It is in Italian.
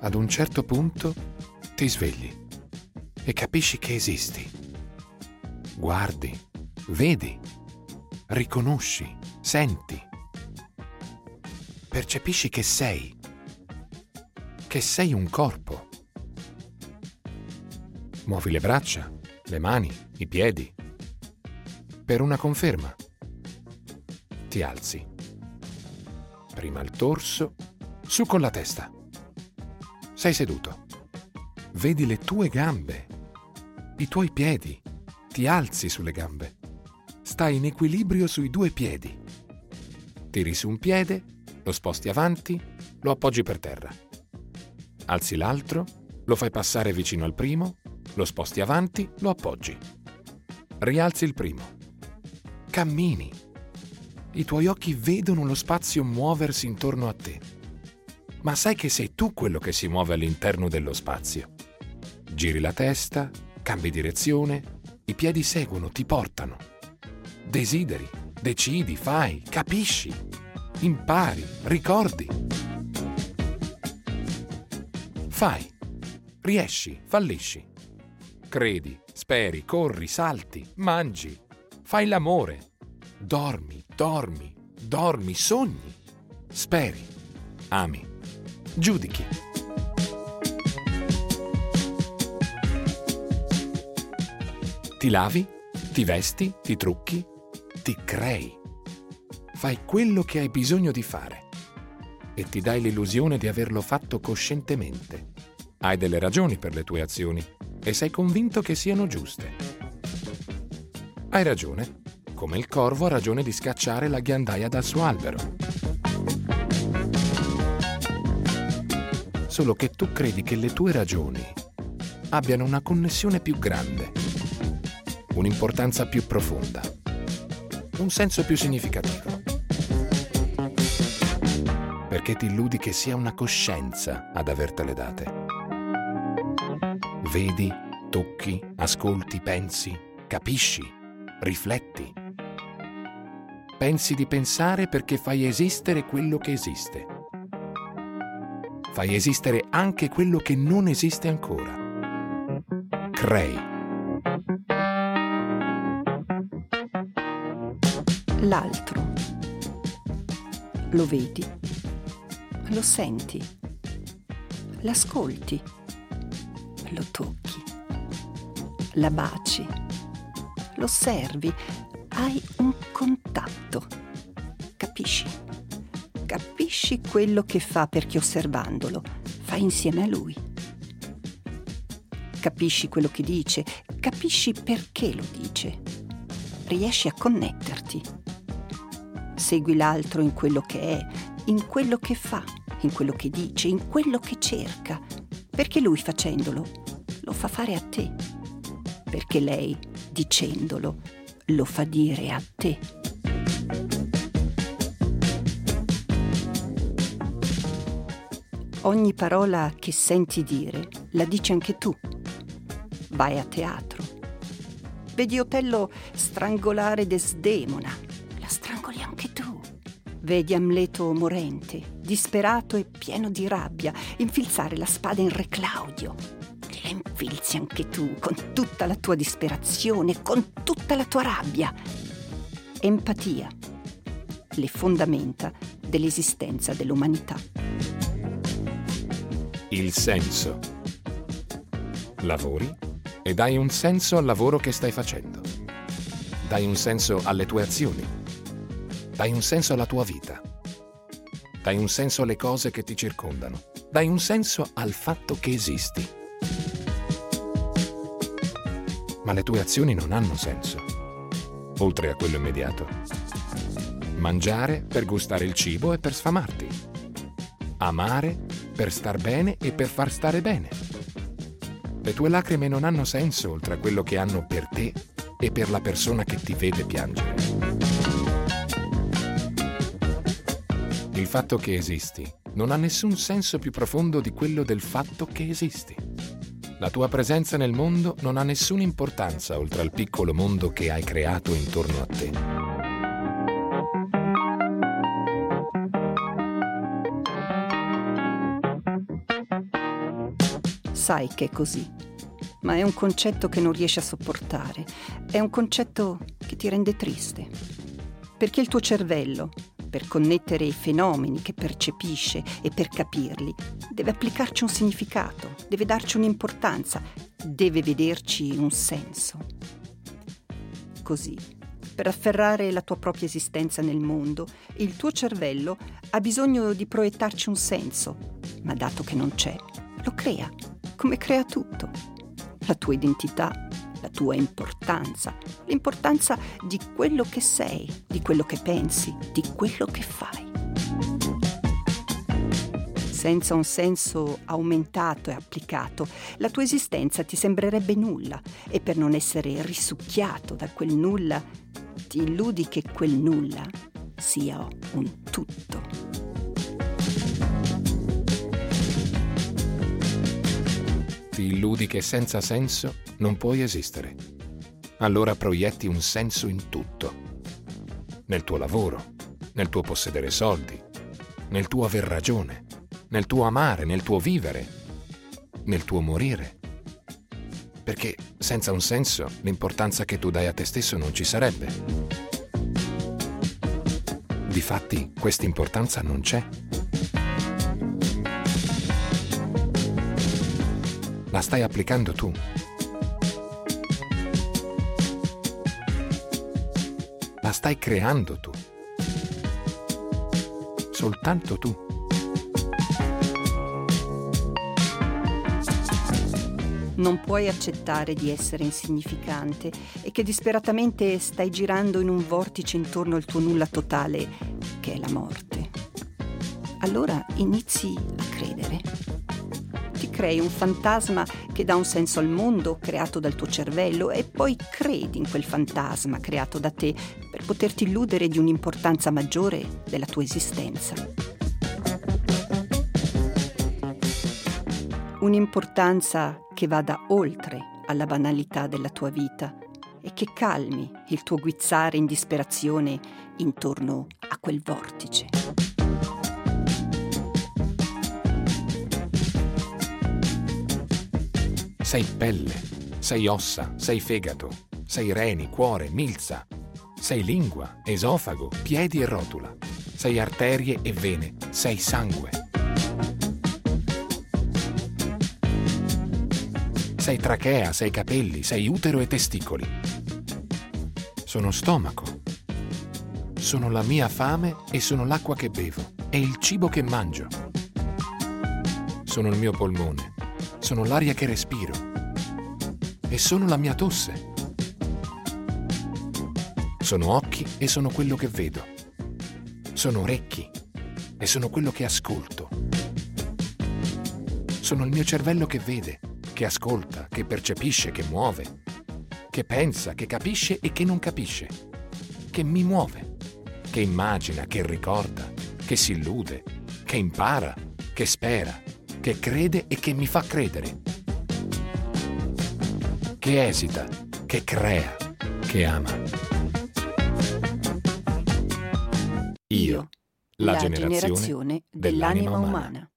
Ad un certo punto ti svegli e capisci che esisti. Guardi, vedi, riconosci, senti. Percepisci che sei un corpo. Muovi le braccia, le mani, i piedi. Per una conferma. Ti alzi. Prima il torso, su con la testa. Sei seduto. Vedi le tue gambe, i tuoi piedi. Ti alzi sulle gambe. Stai in equilibrio sui 2 piedi. Tiri su un piede, lo sposti avanti, lo appoggi per terra. Alzi l'altro, lo fai passare vicino al primo, lo sposti avanti, lo appoggi. Rialzi il primo. Cammini. I tuoi occhi vedono lo spazio muoversi intorno a te. Ma sai che sei tu quello che si muove all'interno dello spazio. Giri la testa, cambi direzione, i piedi seguono, ti portano. Desideri, decidi, fai, capisci, impari, ricordi. Fai, riesci, fallisci. Credi, speri, corri, salti, mangi, fai l'amore. Dormi, sogni, speri, ami, giudichi. Ti lavi, ti vesti, ti trucchi, ti crei. Fai quello che hai bisogno di fare e ti dai l'illusione di averlo fatto coscientemente. Hai delle ragioni per le tue azioni e sei convinto che siano giuste. Hai ragione, come il corvo ha ragione di scacciare la ghiandaia dal suo albero. Solo che tu credi che le tue ragioni abbiano una connessione più grande, un'importanza più profonda, un senso più significativo. Perché ti illudi che sia una coscienza ad avertele date. Vedi, tocchi, ascolti, pensi, capisci, rifletti. Pensi di pensare perché fai esistere quello che esiste. Fai esistere anche quello che non esiste ancora. Crei. L'altro. Lo vedi, lo senti, l'ascolti, lo tocchi, la baci, lo osservi, hai un contatto. Capisci quello che fa perché osservandolo fai insieme a lui. Capisci quello che dice, capisci perché lo dice. Riesci a connetterti. Segui l'altro in quello che è, in quello che fa, in quello che dice, in quello che cerca, perché lui facendolo lo fa fare a te, perché lei dicendolo lo fa dire a te. Ogni parola che senti dire la dici anche tu. Vai a teatro. Vedi Otello strangolare Desdemona. La strangoli anche tu. Vedi Amleto morente, disperato e pieno di rabbia, infilzare la spada in Re Claudio. La infilzi anche tu, con tutta la tua disperazione, con tutta la tua rabbia. Empatia. Le fondamenta dell'esistenza dell'umanità. Il senso. Lavori e dai un senso al lavoro che stai facendo. Dai un senso alle tue azioni. Dai un senso alla tua vita. Dai un senso alle cose che ti circondano. Dai un senso al fatto che esisti. Ma le tue azioni non hanno senso, oltre a quello immediato. Mangiare per gustare il cibo e per sfamarti. Amare per star bene e per far stare bene. Le tue lacrime non hanno senso oltre a quello che hanno per te e per la persona che ti vede piangere. Il fatto che esisti non ha nessun senso più profondo di quello del fatto che esisti. La tua presenza nel mondo non ha nessuna importanza oltre al piccolo mondo che hai creato intorno a te. Sai che è così, ma è un concetto che non riesci a sopportare. È un concetto che ti rende triste. Perché il tuo cervello, per connettere i fenomeni che percepisce e per capirli, deve applicarci un significato, deve darci un'importanza, deve vederci un senso. Così, per afferrare la tua propria esistenza nel mondo, il tuo cervello ha bisogno di proiettarci un senso, ma dato che non c'è, lo crea, come crea tutto. La tua identità, la tua importanza, l'importanza di quello che sei, di quello che pensi, di quello che fai. Senza un senso aumentato e applicato, la tua esistenza ti sembrerebbe nulla e per non essere risucchiato da quel nulla, ti illudi che quel nulla sia un tutto. Ti illudi che senza senso non puoi esistere. Allora proietti un senso in tutto. Nel tuo lavoro, nel tuo possedere soldi, nel tuo aver ragione, nel tuo amare, nel tuo vivere, nel tuo morire. Perché senza un senso l'importanza che tu dai a te stesso non ci sarebbe. Difatti, questa importanza non c'è. La stai applicando tu. La stai creando tu. Soltanto tu. Non puoi accettare di essere insignificante e che disperatamente stai girando in un vortice intorno al tuo nulla totale, che è la morte. Allora inizi a credere. Ti crei un fantasma che dà un senso al mondo creato dal tuo cervello e poi credi in quel fantasma creato da te per poterti illudere di un'importanza maggiore della tua esistenza. Un'importanza che vada oltre alla banalità della tua vita e che calmi il tuo guizzare in disperazione intorno a quel vortice. Sei pelle, sei ossa, sei fegato, sei reni, cuore, milza. Sei lingua, esofago, piedi e rotula. Sei arterie e vene, sei sangue. Sei trachea, sei capelli, sei utero e testicoli. Sono stomaco. Sono la mia fame e sono l'acqua che bevo e il cibo che mangio. Sono il mio polmone. Sono l'aria che respiro e sono la mia tosse. Sono occhi e sono quello che vedo. Sono orecchi e sono quello che ascolto. Sono il mio cervello che vede, che ascolta, che percepisce, che muove, che pensa, che capisce e che non capisce, che mi muove, che immagina, che ricorda, che si illude, che impara, che spera, che crede e che mi fa credere, che esita, che crea, che ama. Io, la generazione dell'anima umana.